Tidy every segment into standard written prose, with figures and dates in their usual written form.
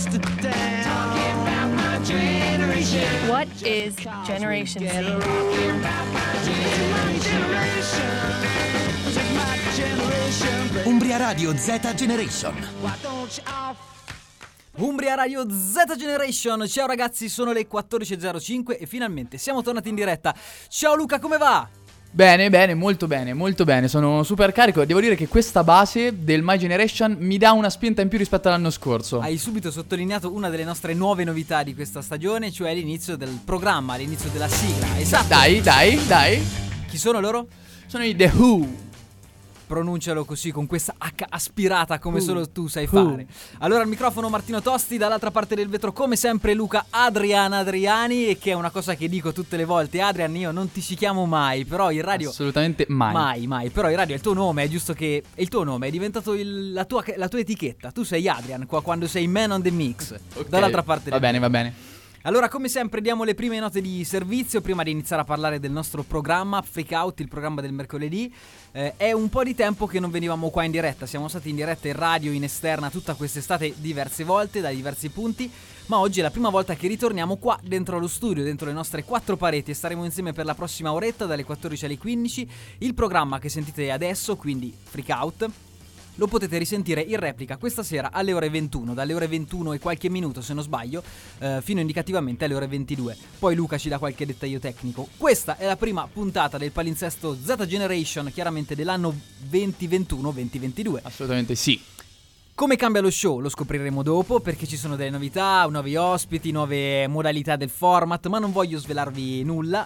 What is Generation Z? Umbria Radio Z Generation. Umbria Radio Z Generation. Ciao ragazzi, sono le 14.05 e finalmente siamo tornati in diretta. Ciao Luca, come va? Bene, molto bene, sono super carico. Devo dire che questa base del My Generation mi dà una spinta in più rispetto all'anno scorso. Hai subito sottolineato una delle nostre nuove novità di questa stagione, cioè l'inizio del programma, l'inizio della sigla. Esatto. Dai. Chi sono loro? Sono i The Who. Pronuncialo così, con questa H aspirata come solo tu sai fare. Allora al microfono Martino Tosti, dall'altra parte del vetro come sempre Luca Adriani, e che è una cosa che dico tutte le volte. Adrian, io non ti ci chiamo mai, però in radio assolutamente mai. Però in radio è il tuo nome, è giusto che è il tuo nome, è diventato la tua etichetta. Tu sei Adrian qua quando sei Man on the Mix. Okay. Dall'altra parte va bene. Allora, come sempre, diamo le prime note di servizio prima di iniziare a parlare del nostro programma Freak Out, il programma del mercoledì. È un po' di tempo che non venivamo qua in diretta, siamo stati in diretta in radio, in esterna, tutta quest'estate diverse volte, da diversi punti, ma oggi è la prima volta che ritorniamo qua dentro lo studio, dentro le nostre quattro pareti, e staremo insieme per la prossima oretta, dalle 14 alle 15. Il programma che sentite adesso, quindi Freak Out, lo potete risentire in replica questa sera alle ore 21, dalle ore 21 e qualche minuto se non sbaglio, fino indicativamente alle ore 22. Poi Luca ci dà qualche dettaglio tecnico. Questa è la prima puntata del palinsesto Z Generation, chiaramente dell'anno 2021-2022. Assolutamente sì. Come cambia lo show lo scopriremo dopo, perché ci sono delle novità, nuovi ospiti, nuove modalità del format, ma non voglio svelarvi nulla.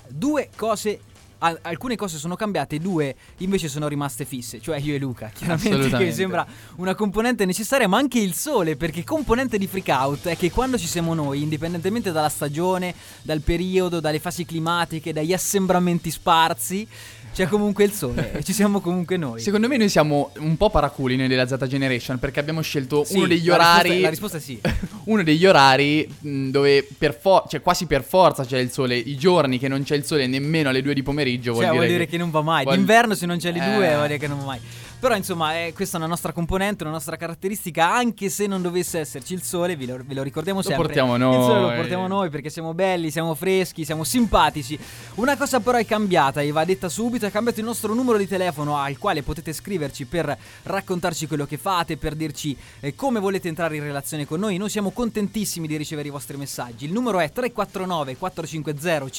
Alcune cose sono cambiate, due invece sono rimaste fisse, cioè io e Luca, chiaramente, che mi sembra una componente necessaria, ma anche il sole, perché componente di Freak Out è che quando ci siamo noi, indipendentemente dalla stagione, dal periodo, dalle fasi climatiche, dagli assembramenti sparsi, c'è comunque il sole e ci siamo comunque noi. Secondo me noi siamo un po' paraculi noi della Z Generation, perché abbiamo scelto uno degli orari. La risposta è sì. Uno degli orari dove cioè quasi per forza c'è il sole. I giorni che non c'è il sole nemmeno alle 2 di pomeriggio vuol dire che non va mai. D'inverno se non c'è le 2 vuol dire che non va mai. Però insomma questa è una nostra componente, una nostra caratteristica. Anche se non dovesse esserci il sole, ve lo ricordiamo sempre. Lo portiamo noi. Il sole lo portiamo noi perché siamo belli, siamo freschi, siamo simpatici. Una cosa però è cambiata e va detta subito. È cambiato il nostro numero di telefono al quale potete scriverci per raccontarci quello che fate, per dirci come volete entrare in relazione con noi. Noi siamo contentissimi di ricevere i vostri messaggi. Il numero è 349 450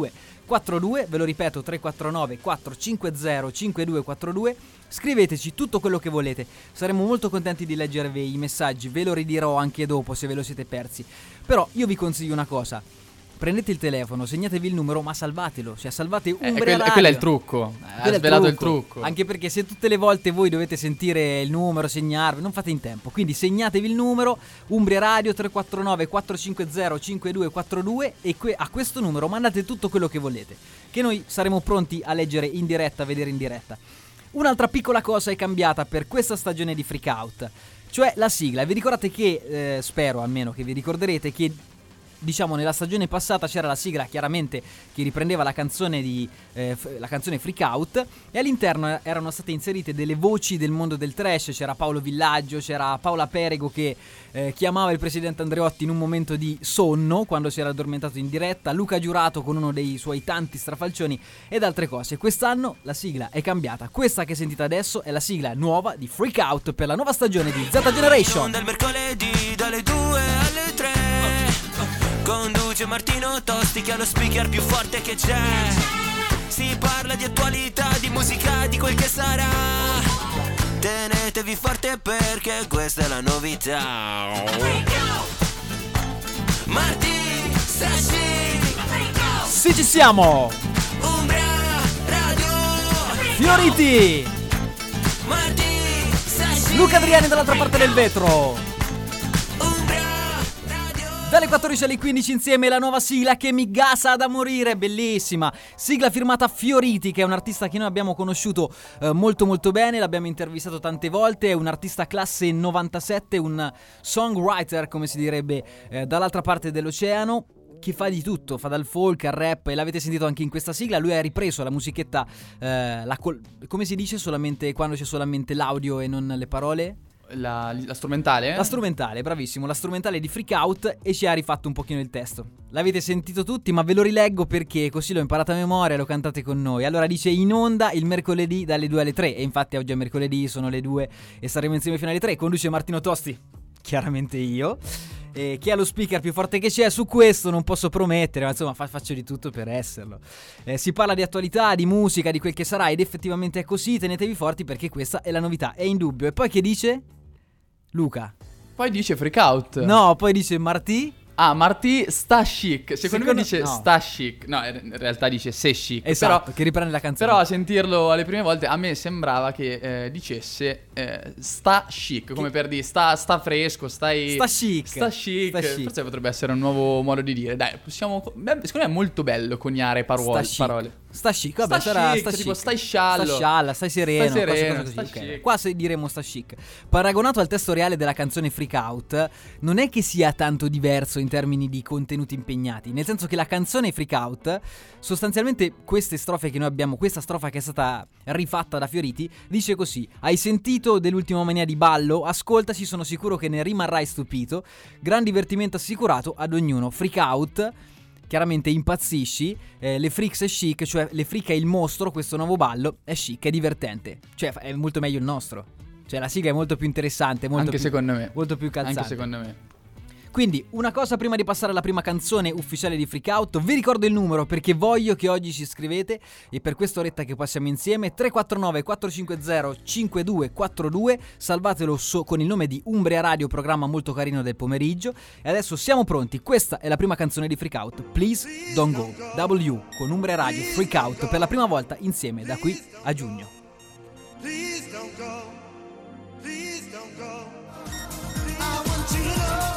5242, ve lo ripeto, 349 450 5242. Scriveteci tutto quello che volete, saremo molto contenti di leggervi i messaggi, ve lo ridirò anche dopo se ve lo siete persi. Però io vi consiglio una cosa: prendete il telefono, segnatevi il numero, ma salvatelo, cioè salvate Umbria Radio. Quello è il trucco, ha svelato il trucco. Anche perché se tutte le volte voi dovete sentire il numero, segnarvi, non fate in tempo. Quindi segnatevi il numero, Umbria Radio 349 450 5242, e a questo numero mandate tutto quello che volete, che noi saremo pronti a leggere in diretta, a vedere in diretta. Un'altra piccola cosa è cambiata per questa stagione di Freak Out, cioè la sigla. Vi ricordate che, spero almeno che vi ricorderete che, diciamo, nella stagione passata c'era la sigla chiaramente che riprendeva la canzone Freak Out, e all'interno erano state inserite delle voci del mondo del trash. C'era Paolo Villaggio, c'era Paola Perego che chiamava il presidente Andreotti in un momento di sonno quando si era addormentato in diretta, Luca Giurato con uno dei suoi tanti strafalcioni ed altre cose. Quest'anno la sigla è cambiata. Questa che sentite adesso è la sigla nuova di Freak Out per la nuova stagione di Z Generation. Dal mercoledì dalle 2 alle 3 conduce Martino Tosti, che ha lo speaker più forte che c'è. Si parla di attualità, di musica, di quel che sarà. Tenetevi forte perché questa è la novità. Martino, sì, ci siamo. Umbria Radio, Fioriti, Martino, Luca Adriani dall'altra parte del vetro. Dalle 14 alle 15 insieme la nuova sigla che mi gasa da morire, bellissima. Sigla firmata Fioriti, che è un artista che noi abbiamo conosciuto molto molto bene, l'abbiamo intervistato tante volte, è un artista classe 97, un songwriter come si direbbe dall'altra parte dell'oceano, che fa di tutto, fa dal folk al rap, e l'avete sentito anche in questa sigla. Lui ha ripreso la musichetta, come si dice solamente quando c'è solamente l'audio e non le parole? la strumentale? La strumentale, bravissimo, la strumentale di Freak Out, e ci ha rifatto un pochino il testo. L'avete sentito tutti, ma ve lo rileggo perché così l'ho imparato a memoria e lo cantate con noi. Allora dice: in onda il mercoledì dalle 2 alle 3, e infatti oggi è mercoledì, sono le 2 e saremo insieme fino alle 3. Conduce Martino Tosti, chiaramente io. Chi ha lo speaker più forte che c'è, su questo non posso promettere, ma insomma faccio di tutto per esserlo. Si parla di attualità, di musica, di quel che sarà, ed effettivamente è così. Tenetevi forti perché questa è la novità, è indubbio. E poi che dice? Luca. Poi dice Freak Out. No, poi dice Martì. Ah, Martì sta chic. Secondo me dice no. sta chic. No, in realtà dice se chic. Esatto, però, che riprende la canzone. Però a sentirlo alle prime volte a me sembrava che dicesse sta chic, come per dire sta fresco, sta chic. Sta chic. Forse potrebbe essere un nuovo modo di dire. Dai, secondo me è molto bello coniare parole. Sta chic, vabbè, sta sarà chic, sta chic. tipo stai sciallo. Sta scialla, stai sereno, Stai sereno, cose sta così, ok. chic. Qua diremo sta chic. Paragonato al testo reale della canzone Freak Out, non è che sia tanto diverso in termini di contenuti impegnati, nel senso che la canzone Freak Out, sostanzialmente queste strofe che noi abbiamo, questa strofa che è stata rifatta da Fioriti, dice così: hai sentito dell'ultima mania di ballo? Ascoltaci, sono sicuro che ne rimarrai stupito. Gran divertimento assicurato ad ognuno. Freak Out, chiaramente impazzisci, le freaks è chic, cioè le freak è il mostro, questo nuovo ballo è chic, è divertente, cioè è molto meglio il nostro, cioè la sigla è molto più interessante, Secondo me. molto più calzante. Anche secondo me. Quindi una cosa prima di passare alla prima canzone ufficiale di Freak Out, vi ricordo il numero perché voglio che oggi ci scrivete, e per quest'oretta che passiamo insieme 349 450 5242, salvatelo con il nome di Umbria Radio, programma molto carino del pomeriggio. E adesso siamo pronti, questa è la prima canzone di Freak Out, Please Don't Go, W con Umbria Radio, Freak Out per la prima volta insieme da qui a giugno. Please don't go, please don't go. I want you to know.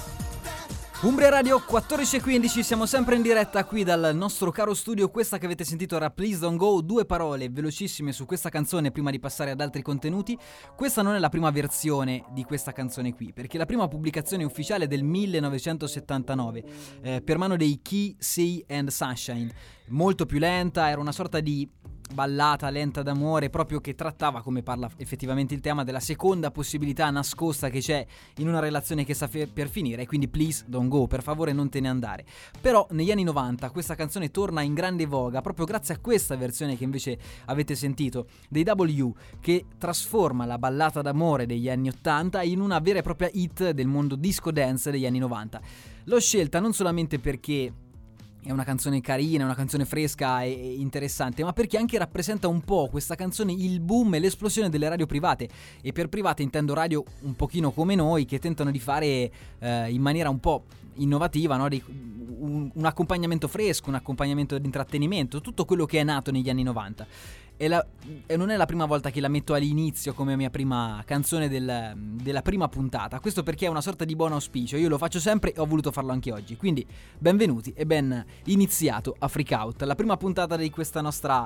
Umbria Radio 14:15, siamo sempre in diretta qui dal nostro caro studio. Questa che avete sentito era Please Don't Go, 2 parole velocissime su questa canzone prima di passare ad altri contenuti. Questa non è la prima versione di questa canzone qui, perché la prima pubblicazione ufficiale è del 1979 per mano dei Key, Sea and Sunshine, molto più lenta, era una sorta di ballata lenta d'amore, proprio che trattava, come parla effettivamente il tema, della seconda possibilità nascosta che c'è in una relazione che sta per finire, quindi please don't go, per favore non te ne andare. Però negli anni 90 questa canzone torna in grande voga proprio grazie a questa versione che invece avete sentito dei W, che trasforma la ballata d'amore degli anni 80 in una vera e propria hit del mondo disco dance degli anni 90. L'ho scelta non solamente perché è una canzone carina, è una canzone fresca e interessante, ma perché anche rappresenta un po' questa canzone il boom e l'esplosione delle radio private. E per private intendo radio un pochino come noi, che tentano di fare in maniera un po' innovativa, no? Un accompagnamento fresco, un accompagnamento di intrattenimento, tutto quello che è nato negli anni 90. E non è la prima volta che la metto all'inizio come mia prima canzone della prima puntata. Questo perché è una sorta di buon auspicio. Io lo faccio sempre e ho voluto farlo anche oggi. Quindi benvenuti e ben iniziato a Freak Out, la prima puntata di questo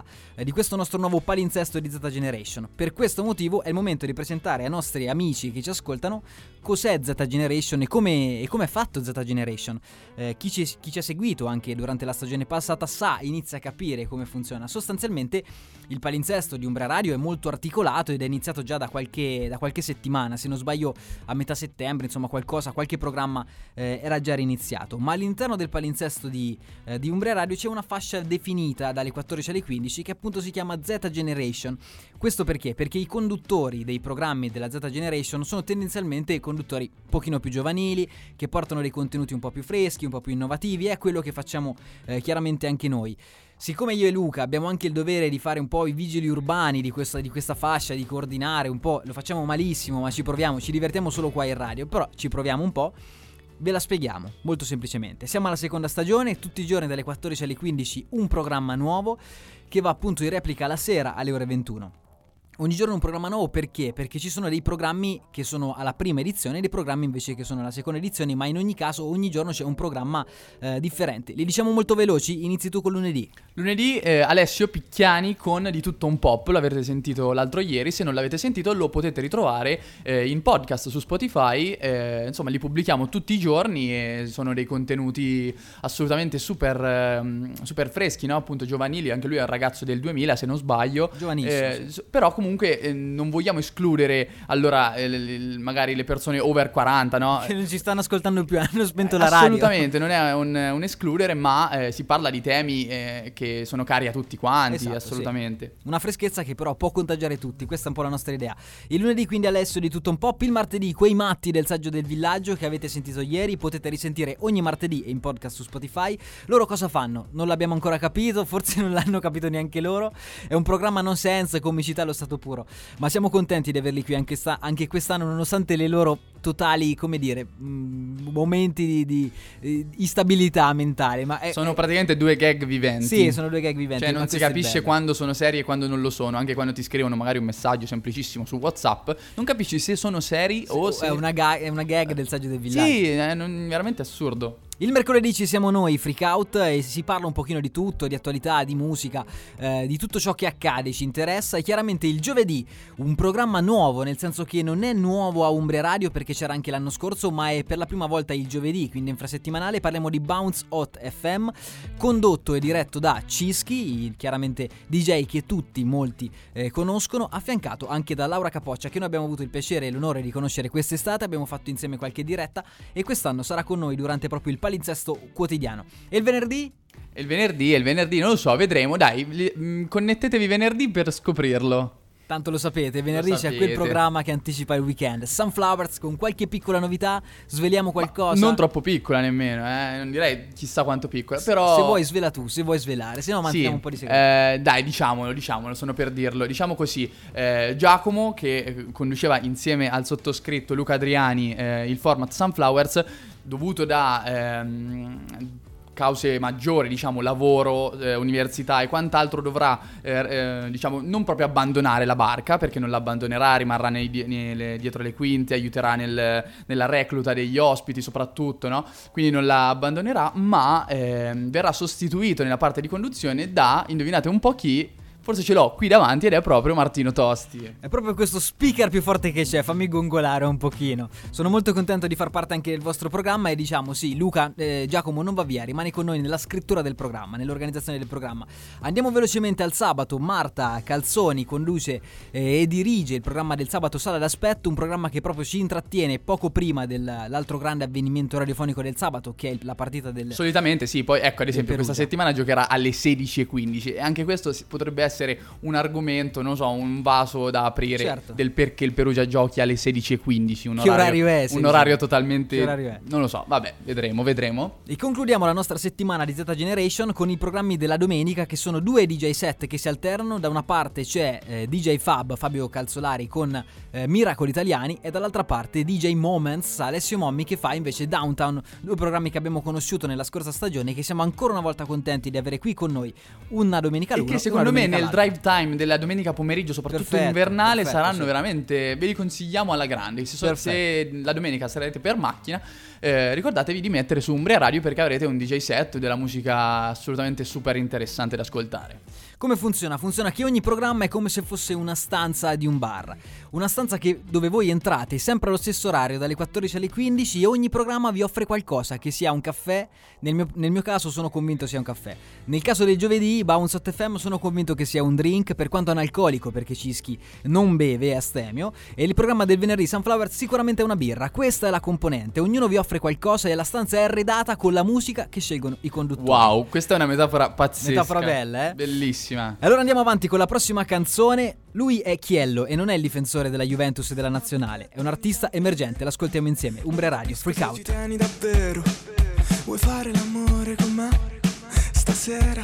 nostro nuovo palinsesto di Z Generation. Per questo motivo è il momento di presentare ai nostri amici che ci ascoltano cos'è Z Generation e come è fatto Z Generation. Chi ci ha seguito anche durante la stagione passata inizia a capire come funziona. Sostanzialmente il palinsesto di Umbria Radio è molto articolato ed è iniziato già da qualche settimana, se non sbaglio a metà settembre, insomma qualche programma era già iniziato. Ma all'interno del palinsesto di Umbria Radio c'è una fascia definita dalle 14 alle 15 che appunto si chiama Z Generation. Questo perché? Perché i conduttori dei programmi della Z Generation sono tendenzialmente conduttori un pochino più giovanili, che portano dei contenuti un po' più freschi, un po' più innovativi. È quello che facciamo chiaramente anche noi. Siccome io e Luca abbiamo anche il dovere di fare un po' i vigili urbani di questa fascia, di coordinare un po', lo facciamo malissimo, ma ci proviamo, ci divertiamo solo qua in radio, però ci proviamo un po', ve la spieghiamo molto semplicemente. Siamo alla seconda stagione, tutti i giorni dalle 14 alle 15 un programma nuovo che va appunto in replica la sera alle ore 21. Ogni giorno un programma nuovo, perché? Perché ci sono dei programmi che sono alla prima edizione e dei programmi invece che sono alla seconda edizione, ma in ogni caso ogni giorno c'è un programma differente. Li diciamo molto veloci, inizi tu con lunedì. Lunedì Alessio Picchiani con Di tutto un pop, l'avete sentito l'altro ieri, se non l'avete sentito lo potete ritrovare in podcast su Spotify, insomma li pubblichiamo tutti i giorni e sono dei contenuti assolutamente super freschi, no? Appunto giovanili, anche lui è un ragazzo del 2000 se non sbaglio, giovanissimo, sì. Però comunque comunque non vogliamo escludere allora magari le persone over 40, no? Che non ci stanno ascoltando più, hanno spento la radio. Assolutamente, non è un escludere, ma si parla di temi che sono cari a tutti quanti, Esatto, assolutamente. sì. Una freschezza che però può contagiare tutti, questa è un po' la nostra idea. Il lunedì quindi Alessio di Tutto un Pop, il martedì quei matti del Saggio del Villaggio che avete sentito ieri, potete risentire ogni martedì e in podcast su Spotify. Loro cosa fanno? Non l'abbiamo ancora capito, forse non l'hanno capito neanche loro. È un programma non sense, comicità allo stato puro, ma siamo contenti di averli qui anche quest'anno, nonostante le loro totali, come dire, momenti di instabilità mentale. Ma sono praticamente due gag viventi. Sì, sono due gag viventi. Cioè non si capisce quando sono seri e quando non lo sono. Anche quando ti scrivono magari un messaggio semplicissimo su WhatsApp, non capisci se sono seri o se... È una gag del Saggio del Villaggio. Sì, è veramente assurdo. Il mercoledì ci siamo noi, Freak Out, e si parla un pochino di tutto, di attualità, di musica, di tutto ciò che accade, ci interessa. E chiaramente il giovedì, un programma nuovo, nel senso che non è nuovo a Umbria Radio perché c'era anche l'anno scorso, ma è per la prima volta il giovedì, quindi infrasettimanale. Parliamo di Bounce Hot FM, condotto e diretto da Cischi, chiaramente DJ che molti conoscono, affiancato anche da Laura Capoccia, che noi abbiamo avuto il piacere e l'onore di conoscere quest'estate. Abbiamo fatto insieme qualche diretta e quest'anno sarà con noi durante proprio il palinsesto quotidiano. E il venerdì? Il venerdì non lo so, vedremo, dai, connettetevi venerdì per scoprirlo. Tanto lo sapete, venerdì c'è quel programma che anticipa il weekend. Sunflowers con qualche piccola novità, sveliamo qualcosa. Non troppo piccola nemmeno, non direi chissà quanto piccola, però... Se vuoi svela tu, se vuoi svelare, se no mantiamo un po' di segreto. Dai, diciamolo, sono per dirlo. Diciamo così, Giacomo, che conduceva insieme al sottoscritto Luca Adriani il format Sunflowers, dovuto da... cause maggiori, diciamo lavoro, università e quant'altro, dovrà diciamo non proprio abbandonare la barca, perché non l'abbandonerà, rimarrà dietro le quinte, aiuterà nella recluta degli ospiti soprattutto, no? Quindi non la abbandonerà, ma verrà sostituito nella parte di conduzione da, indovinate un po' chi? Forse ce l'ho qui davanti ed è proprio Martino Tosti. È proprio questo speaker più forte che c'è, fammi gongolare un pochino. Sono molto contento di far parte anche del vostro programma e diciamo sì, Luca, Giacomo non va via, rimani con noi nella scrittura del programma, nell'organizzazione del programma. Andiamo velocemente al sabato. Marta Calzoni conduce e dirige il programma del sabato Sala d'Aspetto, un programma che proprio ci intrattiene poco prima dell'altro grande avvenimento radiofonico del sabato, che è la partita del... Solitamente sì, poi ecco ad esempio questa settimana giocherà alle 16:15 e anche questo potrebbe essere un argomento, non so, un vaso da aprire, certo, del perché il Perugia giochi alle 16:15, un orario totalmente, non lo so, vabbè, vedremo. E concludiamo la nostra settimana di Z Generation con i programmi della domenica, che sono due DJ set che si alternano. Da una parte c'è DJ Fabio Calzolari con Miracoli Italiani, e dall'altra parte DJ Moments, Alessio Mommi, che fa invece Downtown, due programmi che abbiamo conosciuto nella scorsa stagione e che siamo ancora una volta contenti di avere qui con noi una domenica l'uno, e che secondo me nel drive time della domenica pomeriggio, soprattutto invernale, saranno veramente, ve li consigliamo alla grande. Se la domenica sarete per macchina, ricordatevi di mettere su Umbria Radio, perché avrete un DJ set della musica assolutamente super interessante da ascoltare. Come funziona? Funziona che ogni programma è come se fosse una stanza di un bar. Una stanza dove voi entrate sempre allo stesso orario, dalle 14 alle 15, e ogni programma vi offre qualcosa, che sia un caffè. Nel mio caso sono convinto sia un caffè. Nel caso del giovedì, Bounce Hot FM, sono convinto che sia un drink, per quanto analcolico, perché Cischi non beve, è astemio. E il programma del venerdì, Sunflower, sicuramente è una birra. Questa è la componente. Ognuno vi offre qualcosa e la stanza è arredata con la musica che scelgono i conduttori. Wow, questa è una metafora pazzesca. Metafora bella, Bellissima. Allora andiamo avanti con la prossima canzone. Lui è Chiello e non è il difensore della Juventus e della Nazionale, è un artista emergente, l'ascoltiamo insieme. Umbria Radio, Freak Out. Ci tieni davvero? Vuoi fare l'amore con me stasera?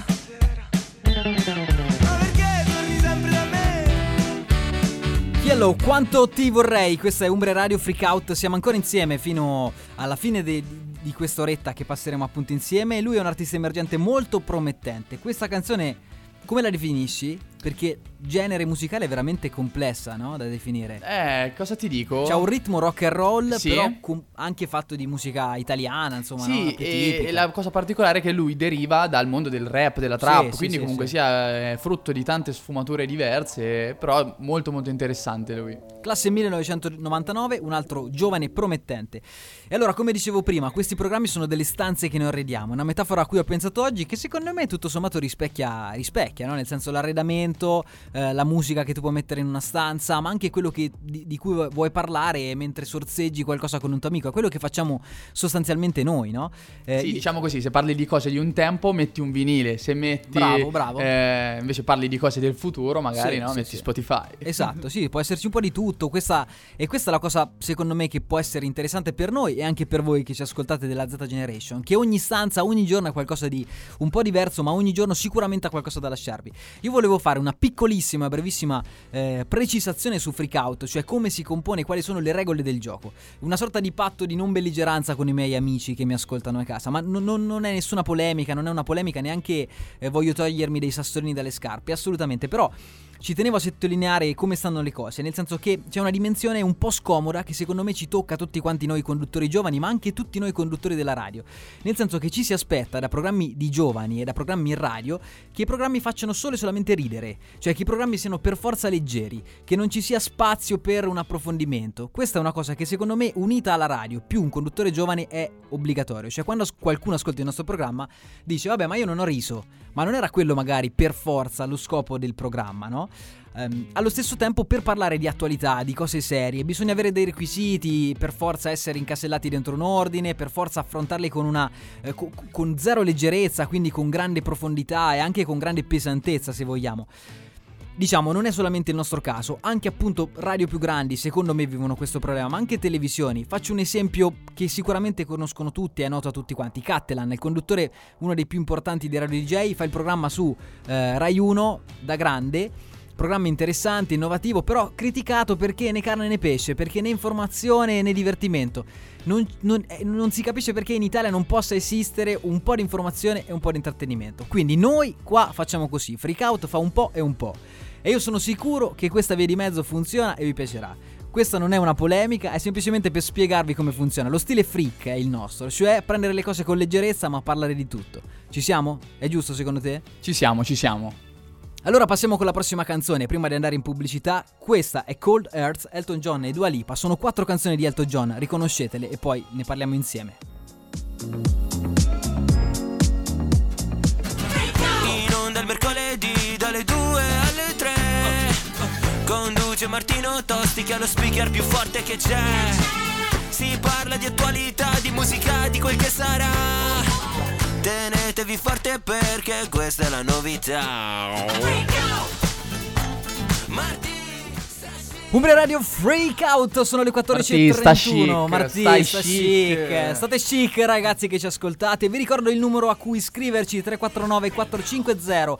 Ma perché torni sempre da me? Chiello, quanto ti vorrei. Questa è Umbria Radio, Freak Out. Siamo ancora insieme fino alla fine di quest'oretta che passeremo appunto insieme. Lui è un artista emergente molto promettente. Questa canzone come la definisci? Perché genere musicale veramente complessa, no? Da definire. Cosa ti dico? C'ha un ritmo rock and roll, sì, però anche fatto di musica italiana, insomma. Sì, no? e la cosa particolare è che lui deriva dal mondo del rap, della trap, quindi comunque sia frutto di tante sfumature diverse, però molto molto interessante lui. Classe 1999, un altro giovane promettente. E allora, come dicevo prima, questi programmi sono delle stanze che noi arrediamo. Una metafora a cui ho pensato oggi, che secondo me tutto sommato rispecchia, no? Nel senso, l'arredamento intrattenimento, la musica che tu puoi mettere in una stanza, ma anche quello di cui vuoi parlare mentre sorseggi qualcosa con un tuo amico. È quello che facciamo sostanzialmente noi, no? Sì, diciamo così, se parli di cose di un tempo metti un vinile, se metti Bravo. invece parli di cose del futuro magari, Sì, no? sì, Metti sì. Spotify. Esatto, sì, può esserci un po' di tutto. Questa è la cosa, secondo me, che può essere interessante per noi e anche per voi che ci ascoltate della Z Generation, che ogni stanza, ogni giorno ha qualcosa di un po' diverso, ma ogni giorno sicuramente ha qualcosa da lasciarvi. Io volevo fare una piccolissima, brevissima precisazione su Freak Out, cioè come si compone, quali sono le regole del gioco. Una sorta di patto di non belligeranza con i miei amici che mi ascoltano a casa, ma non è nessuna polemica, non è una polemica, neanche voglio togliermi dei sassolini dalle scarpe, assolutamente, però ci tenevo a sottolineare come stanno le cose, nel senso che c'è una dimensione un po' scomoda che secondo me ci tocca tutti quanti noi conduttori giovani, ma anche tutti noi conduttori della radio, nel senso che ci si aspetta da programmi di giovani e da programmi in radio che i programmi facciano solo e solamente ridere, cioè che i programmi siano per forza leggeri, che non ci sia spazio per un approfondimento. Questa è una cosa che secondo me, unita alla radio più un conduttore giovane, è obbligatorio. Cioè quando qualcuno ascolta il nostro programma dice vabbè, ma io non ho riso, ma non era quello magari per forza lo scopo del programma, no? Allo stesso tempo, per parlare di attualità, di cose serie, bisogna avere dei requisiti, per forza essere incasellati dentro un ordine, per forza affrontarli con una con zero leggerezza, quindi con grande profondità e anche con grande pesantezza, se vogliamo. Diciamo, non è solamente il nostro caso, anche appunto radio più grandi secondo me vivono questo problema, ma anche televisioni. Faccio un esempio che sicuramente conoscono tutti, è noto a tutti quanti. Cattelan, il conduttore, uno dei più importanti dei radio DJ, fa il programma su Rai 1 da grande, programma interessante, innovativo, però criticato perché né carne né pesce, perché né informazione né divertimento. Non si capisce perché in Italia non possa esistere un po' di informazione e un po' di intrattenimento. Quindi noi qua facciamo così, Freak Out fa un po' e un po'. E io sono sicuro che questa via di mezzo funziona e vi piacerà. Questa non è una polemica, è semplicemente per spiegarvi come funziona. Lo stile freak è il nostro, cioè prendere le cose con leggerezza ma parlare di tutto. Ci siamo? È giusto secondo te? Ci siamo. Allora passiamo con la prossima canzone, prima di andare in pubblicità. Questa è Cold Earth, Elton John e Dua Lipa. Sono 4 canzoni di Elton John, riconoscetele e poi ne parliamo insieme. In onda il mercoledì dalle 2 alle 3 conduce Martino Tosti che è lo speaker più forte che c'è. Si parla di attualità, di musica, di quel che sarà. Tenetevi forte perché questa è la novità. Umbria Radio Freak Out, sono le 14:31. Martì, sta chic. State chic ragazzi che ci ascoltate. Vi ricordo il numero a cui scriverci: 349 450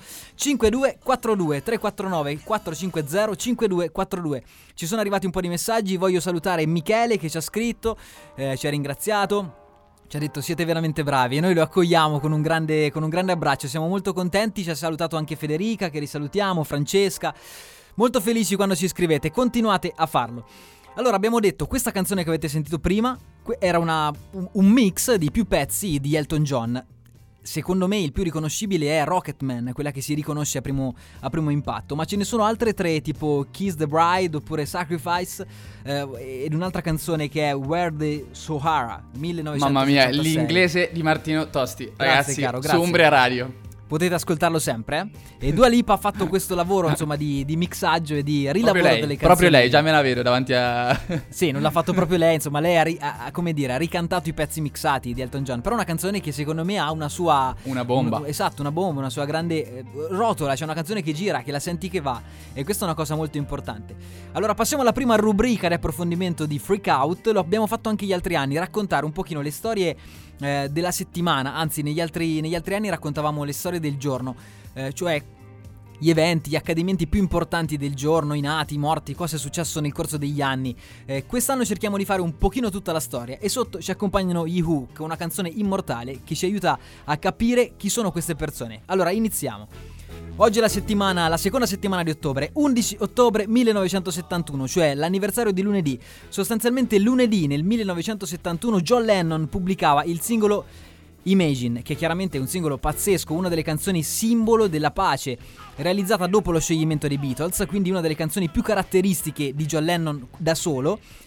5242, 349 450 5242. Ci sono arrivati un po' di messaggi. Voglio salutare Michele che ci ha scritto, ci ha ringraziato, ci ha detto siete veramente bravi e noi lo accogliamo con un grande abbraccio. Siamo molto contenti. Ci ha salutato anche Federica, che risalutiamo, Francesca. Molto felici quando ci scrivete, continuate a farlo. Allora, abbiamo detto, questa canzone che avete sentito prima era un mix di più pezzi di Elton John. Secondo me il più riconoscibile è Rocketman, quella che si riconosce a primo impatto, ma ce ne sono altre 3 tipo Kiss the Bride oppure Sacrifice, ed un'altra canzone che è Where the Sahara 1966. Mamma mia, l'inglese di Martino Tosti. Grazie, ragazzi, caro, su grazie. Umbria Radio. Potete ascoltarlo sempre, E Dua Lipa ha fatto questo lavoro, insomma, di mixaggio e di rilavoro delle canzoni. Proprio lei, già me la vedo davanti a... Sì, non l'ha fatto proprio lei, insomma, lei ha ricantato i pezzi mixati di Elton John. Però è una canzone che secondo me ha una sua... Una bomba. Una bomba, una sua grande rotola. C'è una canzone che gira, che la senti che va. E questa è una cosa molto importante. Allora passiamo alla prima rubrica di approfondimento di Freak Out. Lo abbiamo fatto anche gli altri anni, raccontare un pochino le storie della settimana. Anzi, negli altri anni raccontavamo le storie del giorno, cioè gli eventi, gli accadimenti più importanti del giorno, i nati, i morti, cosa è successo nel corso degli anni. Quest'anno cerchiamo di fare un pochino tutta la storia e sotto ci accompagnano gli Who, con una canzone immortale che ci aiuta a capire chi sono queste persone. Allora iniziamo. Oggi è la seconda settimana di ottobre, 11 ottobre 1971, cioè l'anniversario di lunedì. Sostanzialmente lunedì nel 1971 John Lennon pubblicava il singolo Imagine, che chiaramente è un singolo pazzesco, una delle canzoni simbolo della pace, realizzata dopo lo scioglimento dei Beatles, quindi una delle canzoni più caratteristiche di John Lennon da solo.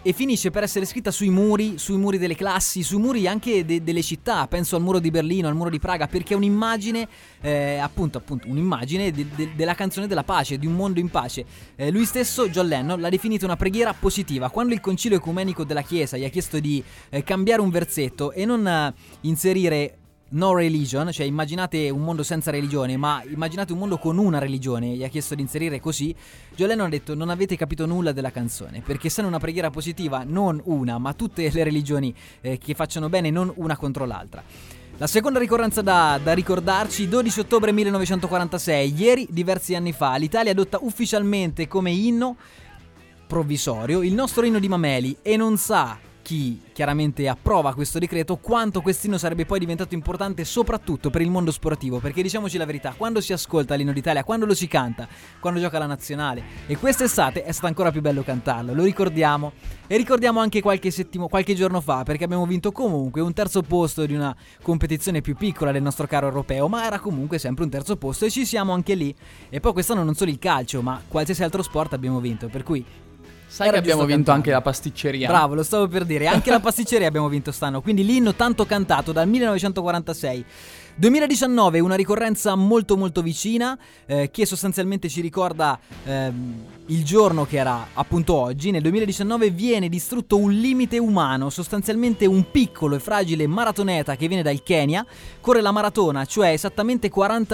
e finisce per essere scritta sui muri delle classi, sui muri anche delle città. Penso al muro di Berlino, al muro di Praga, perché è un'immagine, appunto un'immagine della canzone della pace, di un mondo in pace. Lui stesso, John Lennon, l'ha definita una preghiera positiva. Quando il concilio ecumenico della Chiesa gli ha chiesto di cambiare un versetto e non inserire no religion, cioè immaginate un mondo senza religione, ma immaginate un mondo con una religione, gli ha chiesto di inserire così, John Lennon ha detto: non avete capito nulla della canzone, perché essendo una preghiera positiva, non una, ma tutte le religioni che facciano bene, non una contro l'altra. La seconda ricorrenza da ricordarci, 12 ottobre 1946, ieri, diversi anni fa, l'Italia adotta ufficialmente come inno provvisorio il nostro inno di Mameli, e non sa chi chiaramente approva questo decreto quanto quest'inno sarebbe poi diventato importante soprattutto per il mondo sportivo, perché diciamoci la verità, quando si ascolta l'inno d'Italia, quando lo si canta, quando gioca la nazionale, e quest'estate è stato ancora più bello cantarlo, lo ricordiamo, e ricordiamo anche qualche giorno fa, perché abbiamo vinto comunque un terzo posto di una competizione più piccola del nostro caro europeo, ma era comunque sempre un terzo posto e ci siamo anche lì. E poi quest'anno non solo il calcio, ma qualsiasi altro sport abbiamo vinto, per cui sai che abbiamo vinto anche la pasticceria. Bravo, lo stavo per dire, anche la pasticceria abbiamo vinto stanno. Quindi l'inno tanto cantato dal 1946. 2019, una ricorrenza molto molto vicina, che sostanzialmente ci ricorda il giorno che era appunto oggi. Nel 2019 viene distrutto un limite umano, sostanzialmente un piccolo e fragile maratoneta che viene dal Kenya, corre la maratona, cioè esattamente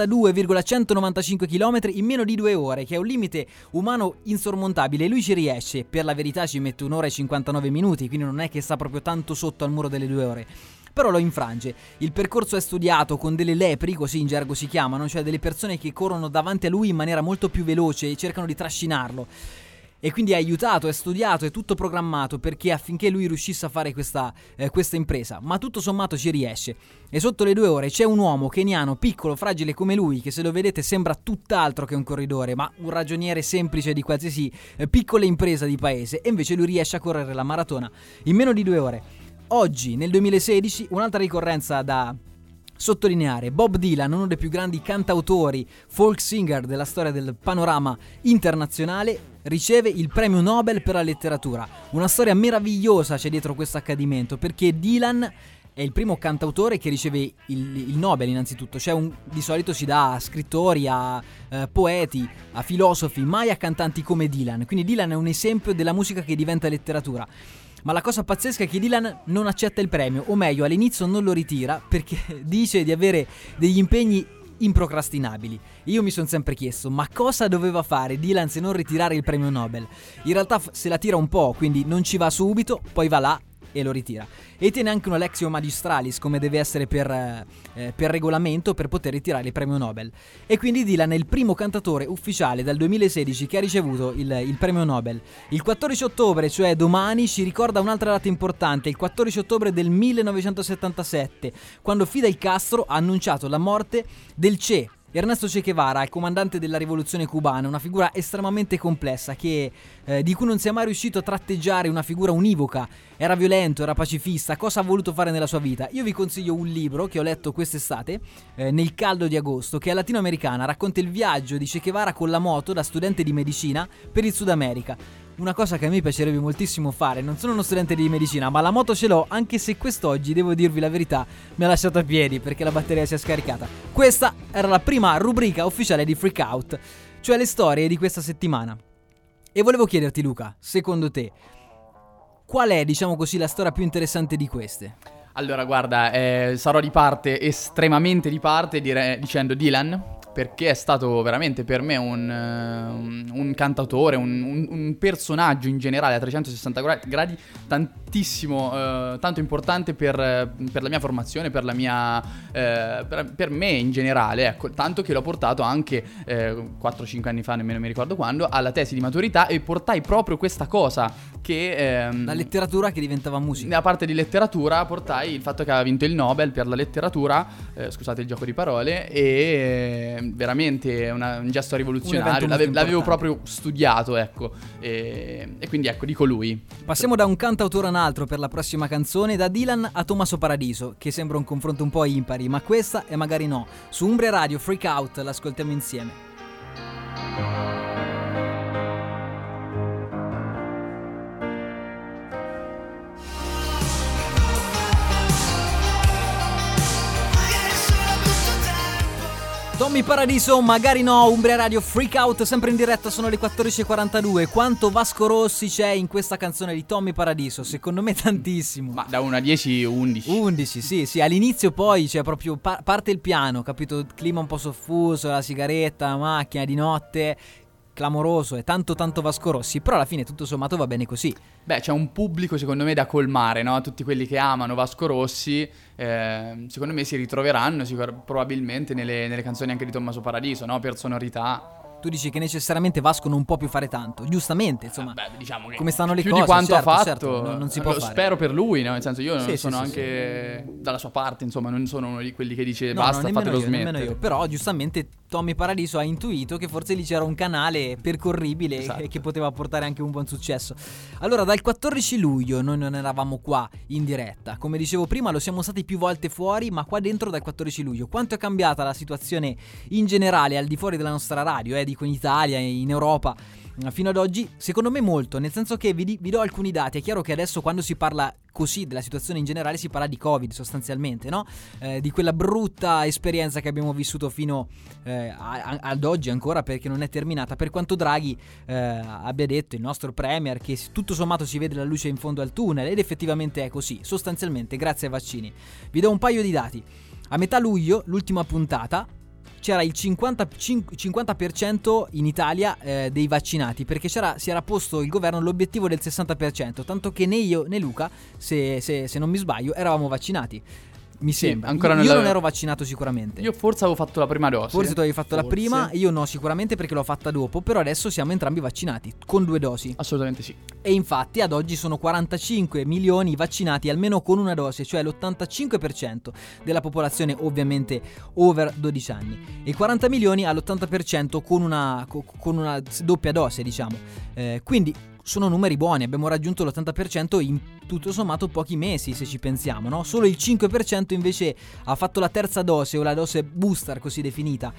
42,195 km in meno di 2 ore, che è un limite umano insormontabile, e lui ci riesce. Per la verità ci mette 1 ora e 59 minuti, quindi non è che sta proprio tanto sotto al muro delle 2 ore. Però lo infrange. Il percorso è studiato con delle lepri, così in gergo si chiamano, cioè delle persone che corrono davanti a lui in maniera molto più veloce e cercano di trascinarlo. E quindi è aiutato, è studiato, è tutto programmato perché affinché lui riuscisse a fare questa impresa. Ma tutto sommato ci riesce. E sotto le 2 ore c'è un uomo keniano piccolo, fragile come lui, che se lo vedete sembra tutt'altro che un corridore, ma un ragioniere semplice di qualsiasi piccola impresa di paese. E invece lui riesce a correre la maratona in meno di 2 ore. Oggi, nel 2016, un'altra ricorrenza da sottolineare. Bob Dylan, uno dei più grandi cantautori folk singer della storia del panorama internazionale, riceve il premio Nobel per la letteratura. Una storia meravigliosa c'è dietro questo accadimento, perché Dylan è il primo cantautore che riceve il Nobel innanzitutto. Cioè di solito si dà a scrittori, a poeti, a filosofi, mai a cantanti come Dylan. Quindi Dylan è un esempio della musica che diventa letteratura. Ma la cosa pazzesca è che Dylan non accetta il premio, o meglio all'inizio non lo ritira perché dice di avere degli impegni improcrastinabili. Io mi sono sempre chiesto, ma cosa doveva fare Dylan se non ritirare il premio Nobel? In realtà se la tira un po', quindi non ci va subito, poi va là e lo ritira. E tiene anche una Lectio Magistralis, come deve essere per regolamento, per poter ritirare il premio Nobel. E quindi Dylan è il primo cantatore ufficiale dal 2016 che ha ricevuto il premio Nobel. Il 14 ottobre, cioè domani, ci ricorda un'altra data importante, il 14 ottobre del 1977, quando Fidel Castro ha annunciato la morte del Che. Ernesto Che Guevara, il comandante della rivoluzione cubana, una figura estremamente complessa di cui non si è mai riuscito a tratteggiare una figura univoca. Era violento, era pacifista, cosa ha voluto fare nella sua vita? Io vi consiglio un libro che ho letto quest'estate, nel caldo di agosto, che è latinoamericana, racconta il viaggio di Che Guevara con la moto da studente di medicina per il Sud America. Una cosa che a me piacerebbe moltissimo fare. Non sono uno studente di medicina, ma la moto ce l'ho, anche se quest'oggi, devo dirvi la verità, mi ha lasciato a piedi perché la batteria si è scaricata. Questa era la prima rubrica ufficiale di Freak Out, cioè le storie di questa settimana. E volevo chiederti, Luca, secondo te, qual è, diciamo così, la storia più interessante di queste? Allora, guarda, sarò di parte, estremamente di parte, dicendo Dylan, perché è stato veramente per me un cantautore, un personaggio in generale a 360 gradi tantissimo, tanto importante per la mia formazione, per la mia per me in generale, ecco, tanto che l'ho portato anche 4-5 anni fa, nemmeno mi ricordo quando, alla tesi di maturità, e portai proprio questa cosa che la letteratura che diventava musica. Da parte di letteratura portai il fatto che aveva vinto il Nobel per la letteratura, scusate il gioco di parole, e veramente un gesto rivoluzionario, l'avevo proprio studiato, ecco, e quindi ecco, dico lui. Passiamo da un cantautore a un altro per la prossima canzone, da Dylan a Tommaso Paradiso, che sembra un confronto un po' impari, ma questa è magari no. Su Umbria Radio, Freak Out, l'ascoltiamo insieme. Tommy Paradiso, magari no, Umbria Radio Freak Out, sempre in diretta, sono le 14.42. Quanto Vasco Rossi c'è in questa canzone di Tommy Paradiso? Secondo me tantissimo. Ma da 1 a 10, 11. 11, sì, all'inizio poi c'è proprio parte il piano, capito? Clima un po' soffuso, la sigaretta, la macchina di notte, clamoroso, è tanto Vasco Rossi, però alla fine tutto sommato va bene così. Beh, c'è un pubblico secondo me da colmare, no? Tutti quelli che amano Vasco Rossi, secondo me si ritroveranno probabilmente nelle canzoni anche di Tommaso Paradiso, no? Per sonorità. Tu dici che necessariamente Vasco non può più fare tanto, giustamente, insomma. Beh, diciamo che come stanno le più cose, di quanto certo, ha fatto, certo, non si può lo fare. spero per lui, no? Nel senso, io Sì, sono sì, anche dalla sua parte, insomma, non sono uno di quelli che dice No, basta, nemmeno fatelo io, smettere. nemmeno io. Però giustamente Tommy Paradiso ha intuito che forse lì c'era un canale percorribile, Esatto. e che poteva portare anche un buon successo. Allora, dal 14 luglio noi non eravamo qua in diretta, come dicevo prima lo siamo stati più volte fuori, ma qua dentro dal 14 luglio quanto è cambiata la situazione in generale al di fuori della nostra radio, dico in Italia, in Europa, fino ad oggi? Secondo me molto, nel senso che vi do alcuni dati. È chiaro che adesso quando si parla così della situazione in generale si parla di Covid sostanzialmente, no? Di quella brutta esperienza che abbiamo vissuto fino ad oggi ancora, perché non è terminata, per quanto Draghi abbia detto, il nostro premier, che tutto sommato si vede la luce in fondo al tunnel, ed effettivamente è così, sostanzialmente grazie ai vaccini. Vi do un paio di dati. A metà luglio, l'ultima puntata, c'era il 50% in Italia dei vaccinati, perché si era posto il governo l'obiettivo del 60%, tanto che né io né Luca, se non mi sbaglio, eravamo vaccinati. Mi sembra. Ancora Io non ero vaccinato sicuramente. Io forse avevo fatto la prima dose. Forse tu avevi fatto la prima, io no sicuramente perché l'ho fatta dopo, però adesso siamo entrambi vaccinati, con 2 dosi. Assolutamente sì. E infatti ad oggi sono 45 milioni vaccinati almeno con una dose, cioè l'85% della popolazione ovviamente over 12 anni, e 40 milioni all'80% con una doppia dose, diciamo. Quindi sono numeri buoni, abbiamo raggiunto l'80% in tutto sommato pochi mesi, se ci pensiamo, no? Solo il 5% invece ha fatto la terza dose, o la dose booster così definita,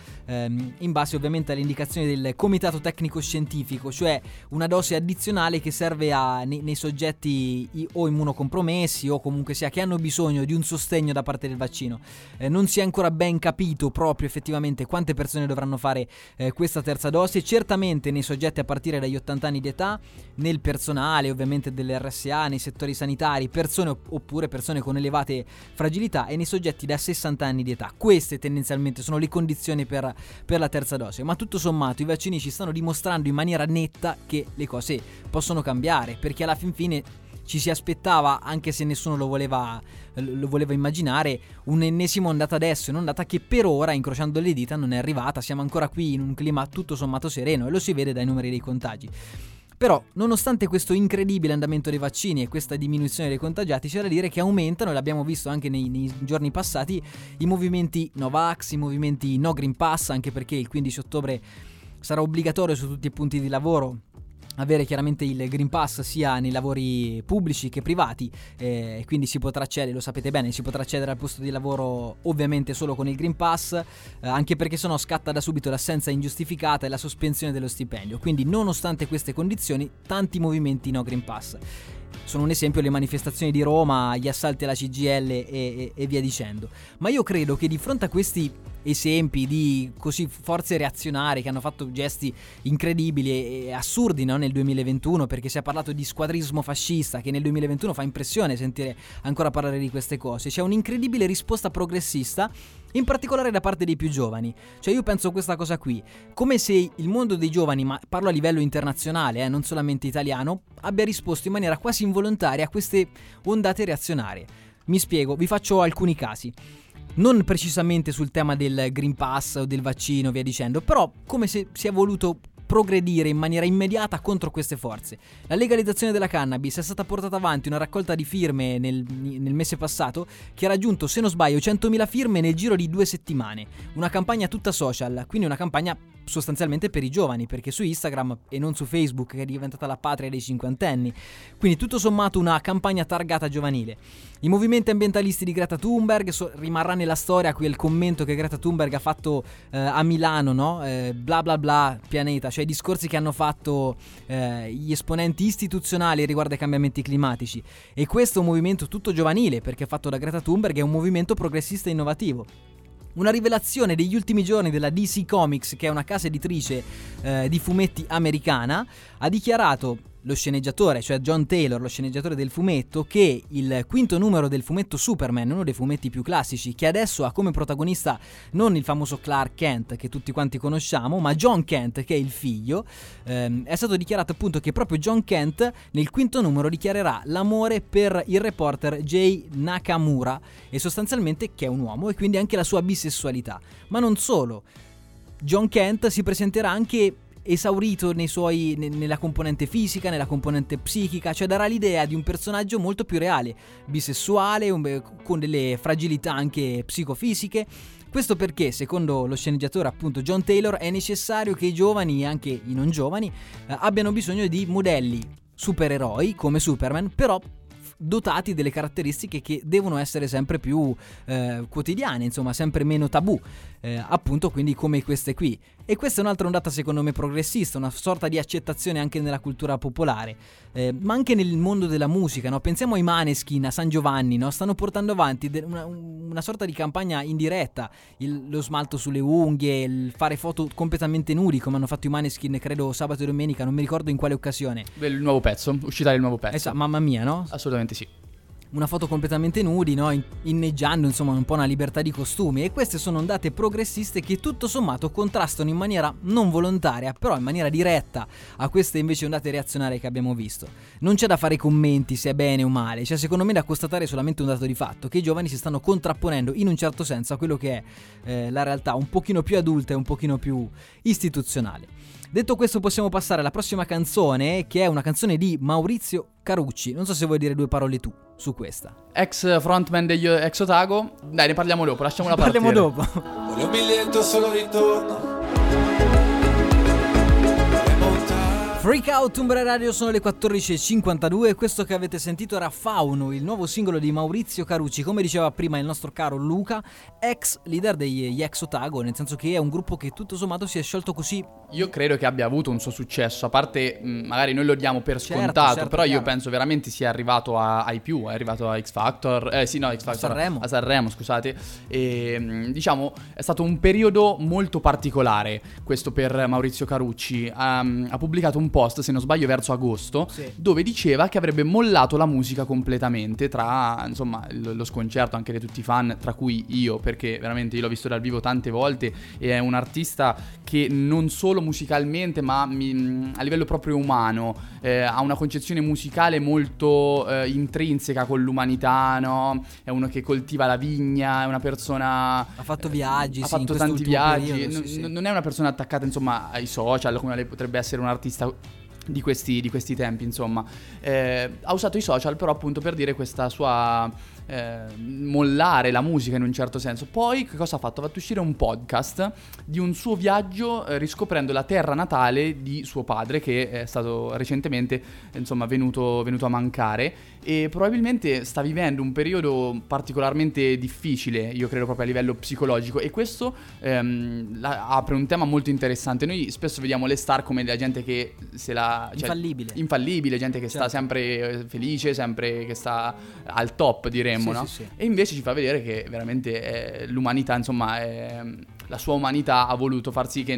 in base ovviamente alle indicazioni del Comitato Tecnico Scientifico, cioè una dose addizionale che serve nei soggetti o immunocompromessi o comunque sia che hanno bisogno di un sostegno da parte del vaccino. Non si è ancora ben capito proprio effettivamente quante persone dovranno fare questa terza dose, certamente nei soggetti a partire dagli 80 anni di età, nel personale ovviamente dell'RSA, nei settori sanitari, oppure persone con elevate fragilità, e nei soggetti da 60 anni di età. Queste tendenzialmente sono le condizioni per la terza dose, ma tutto sommato i vaccini ci stanno dimostrando in maniera netta che le cose possono cambiare, perché alla fin fine ci si aspettava, anche se nessuno lo voleva immaginare, un'ennesima ondata adesso, un'ondata che per ora, incrociando le dita, non è arrivata. Siamo ancora qui in un clima tutto sommato sereno e lo si vede dai numeri dei contagi. Però, nonostante questo incredibile andamento dei vaccini e questa diminuzione dei contagiati, c'è da dire che aumentano, e l'abbiamo visto anche nei giorni passati, i movimenti Novax, i movimenti No Green Pass, anche perché il 15 ottobre sarà obbligatorio su tutti i punti di lavoro avere chiaramente il Green Pass sia nei lavori pubblici che privati, quindi si potrà accedere, lo sapete bene, si potrà accedere al posto di lavoro ovviamente solo con il Green Pass, anche perché sennò scatta da subito l'assenza ingiustificata e la sospensione dello stipendio. Quindi nonostante queste condizioni, tanti movimenti no Green Pass. Sono un esempio le manifestazioni di Roma, gli assalti alla CGIL e via dicendo. Ma io credo che di fronte a questi esempi di così forze reazionarie che hanno fatto gesti incredibili e assurdi, no, nel 2021, perché si è parlato di squadrismo fascista, che nel 2021 fa impressione sentire ancora parlare di queste cose, c'è un'incredibile risposta progressista, in particolare da parte dei più giovani. Cioè io penso questa cosa qui, come se il mondo dei giovani, ma parlo a livello internazionale, non solamente italiano, abbia risposto in maniera quasi involontaria a queste ondate reazionarie. Mi spiego, vi faccio alcuni casi. Non precisamente sul tema del Green Pass o del vaccino, via dicendo, però come se si è voluto progredire in maniera immediata contro queste forze. La legalizzazione della cannabis è stata portata avanti, una raccolta di firme nel mese passato che ha raggiunto, se non sbaglio, 100.000 firme nel giro di 2 settimane. Una campagna tutta social, quindi una campagna sostanzialmente per i giovani, perché su Instagram e non su Facebook, che è diventata la patria dei cinquantenni. Quindi tutto sommato una campagna targata giovanile. I movimenti ambientalisti di Greta Thunberg, rimarrà nella storia quel commento che Greta Thunberg ha fatto a Milano, no? Bla bla bla pianeta, cioè i discorsi che hanno fatto gli esponenti istituzionali riguardo ai cambiamenti climatici. E questo è un movimento tutto giovanile, perché fatto da Greta Thunberg, è un movimento progressista e innovativo. Una rivelazione degli ultimi giorni della DC Comics, che è una casa editrice di fumetti americana, ha dichiarato lo sceneggiatore, cioè John Taylor, lo sceneggiatore del fumetto, che il quinto numero del fumetto Superman, uno dei fumetti più classici, che adesso ha come protagonista non il famoso Clark Kent che tutti quanti conosciamo, ma John Kent, che è il figlio, è stato dichiarato appunto che proprio John Kent nel quinto numero dichiarerà l'amore per il reporter Jay Nakamura, e sostanzialmente che è un uomo, e quindi anche la sua bisessualità. Ma non solo, John Kent si presenterà anche esaurito nella componente fisica, nella componente psichica, cioè darà l'idea di un personaggio molto più reale, bisessuale, con delle fragilità anche psicofisiche. Questo perché, secondo lo sceneggiatore appunto John Taylor, è necessario che i giovani e anche i non giovani abbiano bisogno di modelli supereroi come Superman, però dotati delle caratteristiche che devono essere sempre più quotidiane, insomma sempre meno tabù, appunto, quindi come queste qui. E questa è un'altra ondata secondo me progressista, una sorta di accettazione anche nella cultura popolare, ma anche nel mondo della musica, no? Pensiamo ai Maneskin, a San Giovanni, no? Stanno portando avanti una sorta di campagna in diretta, lo smalto sulle unghie, il fare foto completamente nudi come hanno fatto i Maneskin, credo sabato e domenica, non mi ricordo in quale occasione. Il nuovo pezzo, uscita del nuovo pezzo. Mamma mia, no? Assolutamente sì. Una foto completamente nudi, no? Inneggiando insomma un po' una libertà di costumi, e queste sono ondate progressiste che tutto sommato contrastano in maniera non volontaria, però in maniera diretta, a queste invece ondate reazionarie che abbiamo visto. Non c'è da fare commenti se è bene o male, cioè secondo me da constatare solamente un dato di fatto, che i giovani si stanno contrapponendo in un certo senso a quello che è la realtà un pochino più adulta e un pochino più istituzionale. Detto questo, possiamo passare alla prossima canzone, che è una canzone di Maurizio Carucci. Non so se vuoi dire due parole tu su questa. Ex frontman degli Ex Otago. Dai, ne parliamo dopo, lasciamola partire. Parliamo dopo. Voglio un biglietto solo ritorno. Freak Out, Umbria Radio, sono le 14.52 e questo che avete sentito era Fauno, il nuovo singolo di Maurizio Carucci, come diceva prima il nostro caro Luca, ex leader degli Ex Otago, nel senso che è un gruppo che tutto sommato si è sciolto così. Io credo che abbia avuto un suo successo, a parte magari noi lo diamo per scontato, certo, però chiaro. io penso veramente sia arrivato ai più, è arrivato a X Factor, X Factor, Sanremo. a Sanremo, scusate, e diciamo è stato un periodo molto particolare questo per Maurizio Carucci. Ha pubblicato un post, se non sbaglio verso agosto, sì, dove diceva che avrebbe mollato la musica completamente, tra insomma lo sconcerto anche di tutti i fan, tra cui io, perché veramente io l'ho visto dal vivo tante volte e è un artista che non solo musicalmente ma a livello proprio umano ha una concezione musicale molto intrinseca con l'umanità, no? È uno che coltiva la vigna, è una persona, Ha fatto viaggi, ha sì, in fatto questo tanti ultimo viaggi, periodo, sì. non è una persona attaccata insomma ai social come lei potrebbe essere un artista di questi tempi, insomma. Ha usato i social però appunto per dire questa sua mollare la musica in un certo senso. Poi che cosa ha fatto? Ha fatto uscire un podcast di un suo viaggio riscoprendo la terra natale di suo padre, che è stato recentemente insomma venuto a mancare, e probabilmente sta vivendo un periodo particolarmente difficile, io credo proprio a livello psicologico, e questo apre un tema molto interessante. Noi spesso vediamo le star come la gente che se la infallibile, gente che sta sempre felice, sempre che sta al top, diremmo, sì, no? sì. E invece ci fa vedere che veramente l'umanità, insomma, la sua umanità ha voluto far sì che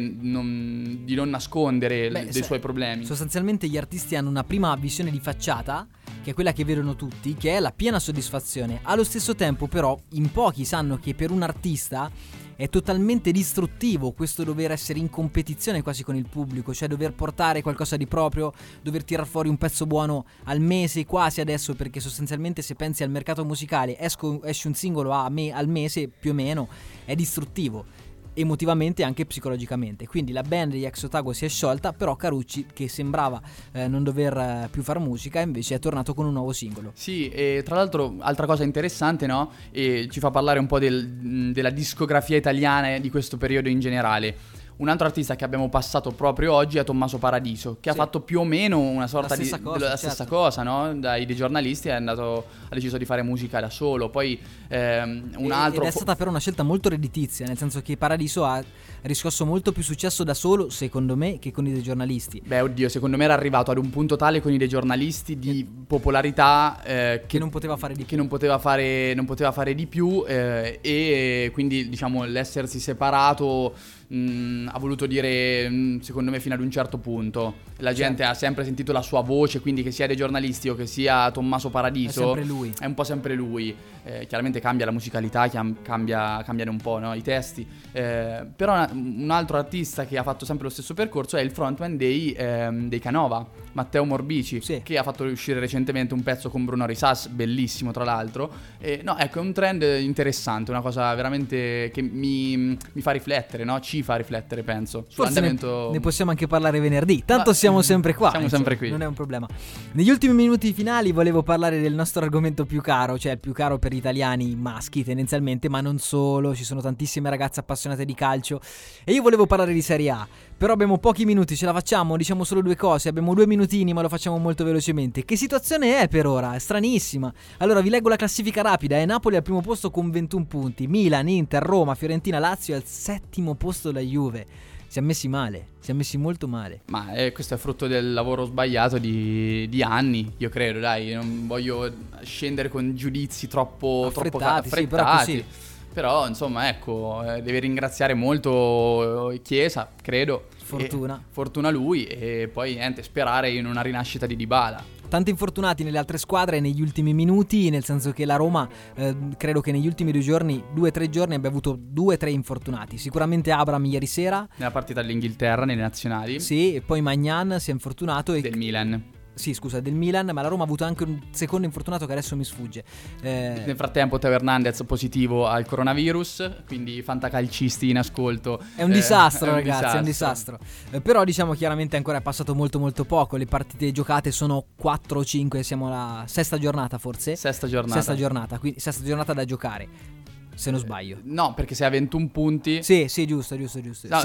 di non nascondere dei suoi problemi. Sostanzialmente gli artisti hanno una prima visione di facciata, che è quella che vedono tutti, che è la piena soddisfazione. Allo stesso tempo però in pochi sanno che per un artista è totalmente distruttivo questo dover essere in competizione quasi con il pubblico, cioè dover portare qualcosa di proprio, dover tirar fuori un pezzo buono al mese, quasi adesso, perché sostanzialmente se pensi al mercato musicale esce un singolo al mese più o meno, è distruttivo emotivamente e anche psicologicamente. Quindi la band degli Ex Otago si è sciolta, però Carucci, che sembrava non dover più far musica, invece è tornato con un nuovo singolo. Sì, e tra l'altro altra cosa interessante, no? E ci fa parlare un po' della discografia italiana e di questo periodo in generale. Un altro artista che abbiamo passato proprio oggi è Tommaso Paradiso, che ha fatto più o meno una sorta della stessa cosa, no? Dai giornalisti ha deciso di fare musica da solo. Poi un altro ed è stata però una scelta molto redditizia, nel senso che Paradiso ha riscosso molto più successo da solo, secondo me, che con i dei giornalisti. Beh, oddio, secondo me era arrivato ad un punto tale con i dei giornalisti di popolarità che non poteva fare di più. Che non poteva fare di più, e quindi diciamo l'essersi separato ha voluto dire, secondo me, fino ad un certo punto. La gente ha sempre sentito la sua voce, quindi che sia dei giornalisti o che sia Tommaso Paradiso, è sempre lui. È un po' sempre lui. Chiaramente cambia la musicalità, cambiano un po', no, i testi, però un altro artista che ha fatto sempre lo stesso percorso è il frontman dei Canova, Matteo Morbici, sì, che ha fatto uscire recentemente un pezzo con Bruno Risas, bellissimo tra l'altro. No, ecco, è un trend interessante, una cosa veramente che mi fa riflettere, no? Ci fa riflettere, penso. Forse ne possiamo anche parlare venerdì, tanto siamo sempre qua. Siamo sempre qui. Non è un problema. Negli ultimi minuti finali volevo parlare del nostro argomento più caro, cioè il più caro per gli italiani maschi tendenzialmente, ma non solo, ci sono tantissime ragazze appassionate di calcio e io volevo parlare di Serie A. Però abbiamo pochi minuti, ce la facciamo? Diciamo solo due cose, abbiamo 2 minutini ma lo facciamo molto velocemente. Che situazione è per ora? È stranissima. Allora vi leggo la classifica rapida, è Napoli al primo posto con 21 punti, Milan, Inter, Roma, Fiorentina, Lazio al 7° posto la Juve. Siamo messi male, siamo messi molto male. Ma questo è frutto del lavoro sbagliato di anni, io credo, dai. Non voglio scendere con giudizi troppo affrettati. Sì, però così. Però insomma, ecco, deve ringraziare molto Chiesa, credo. Fortuna lui, e poi niente, sperare in una rinascita di Dybala. Tanti infortunati nelle altre squadre negli ultimi minuti, nel senso che la Roma credo che negli ultimi 2-3 giorni abbia avuto 2-3 infortunati. Sicuramente Abraham ieri sera nella partita dell'Inghilterra, nelle nazionali. Sì, e poi Magnan si è infortunato del Milan. Sì, scusa, del Milan, ma la Roma ha avuto anche un secondo infortunato che adesso mi sfugge. Nel frattempo Teo Hernandez positivo al coronavirus, quindi fantacalcisti in ascolto. È un disastro, ragazzi, è un disastro. Però diciamo chiaramente ancora è passato molto molto poco, le partite giocate sono 4 o 5, siamo alla sesta giornata forse? Sesta giornata, quindi sesta giornata da giocare. Se non sbaglio. No, perché sei a 21 punti. Sì, giusto. No,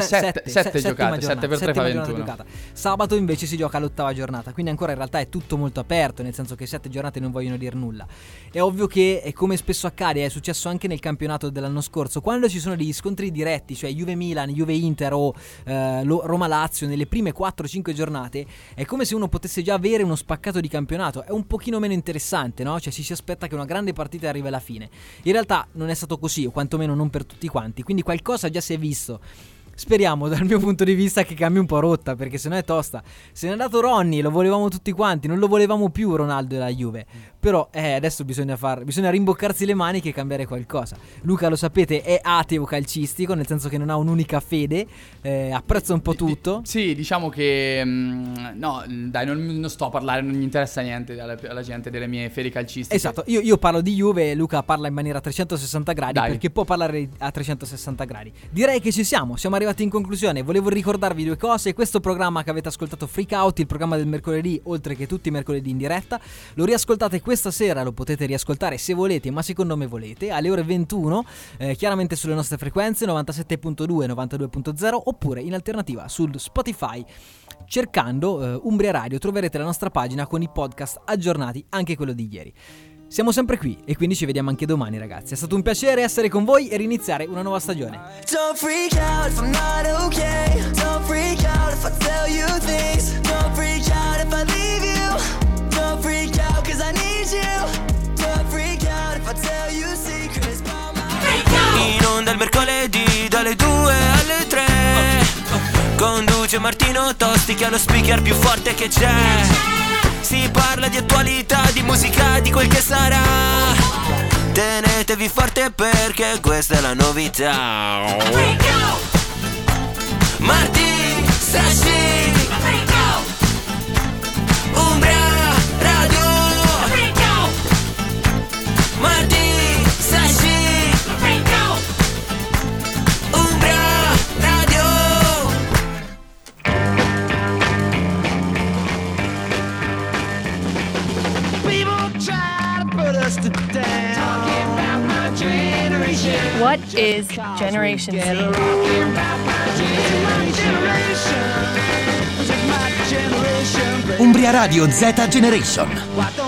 7 giocate, 7 per 3 fa 21. Sabato invece si gioca l'8ª giornata, quindi ancora in realtà è tutto molto aperto, nel senso che 7 giornate non vogliono dire nulla. È ovvio che, come spesso accade, è successo anche nel campionato dell'anno scorso, quando ci sono degli scontri diretti, cioè Juve-Milan, Juve-Inter o Roma-Lazio nelle prime 4-5 giornate, è come se uno potesse già avere uno spaccato di campionato. È un pochino meno interessante, no? Cioè si aspetta che una grande partita arrivi alla fine. In realtà non è stato così, o quantomeno non per tutti quanti, quindi qualcosa già si è visto. Speriamo, dal mio punto di vista, che cambi un po' rotta, perché sennò è tosta. Se n'è andato Ronny, lo volevamo tutti quanti, non lo volevamo più Ronaldo e la Juve. Però adesso bisogna rimboccarsi le maniche e cambiare qualcosa. Luca, lo sapete, è ateo calcistico, nel senso che non ha un'unica fede, apprezza un po' tutto. Sì, diciamo che no, dai, non sto a parlare, non gli interessa niente alla gente delle mie fedi calcistiche. Esatto, io parlo di Juve, Luca parla in maniera a 360 gradi, dai, perché può parlare a 360 gradi. Direi che siamo arrivati in conclusione. Volevo ricordarvi 2 cose. Questo programma che avete ascoltato, Freak Out, il programma del mercoledì, oltre che tutti i mercoledì in diretta, lo riascoltate questa sera, lo potete riascoltare se volete, ma secondo me volete, alle ore 21, chiaramente sulle nostre frequenze 97.2, 92.0, oppure in alternativa su Spotify. Cercando Umbria Radio troverete la nostra pagina con i podcast aggiornati, anche quello di ieri. Siamo sempre qui e quindi ci vediamo anche domani, ragazzi. È stato un piacere essere con voi e riniziare una nuova stagione. Don't freak out if I'm not okay. Don't freak out if I tell you things. Don't freak out if I leave you. Don't freak out cause I need you. Don't freak out if I tell you secrets about my... In onda il mercoledì dalle 2 alle 3. Conduce Martino Tosti che ha lo speaker più forte che c'è. Si parla di attualità, di musica, di quel che sarà. Tenetevi forte perché questa è la novità. Marti, Sashi, Umbria Radio. Marti, Sashi, Umbria Radio. What is Generation Z? Umbria Radio Z Generation.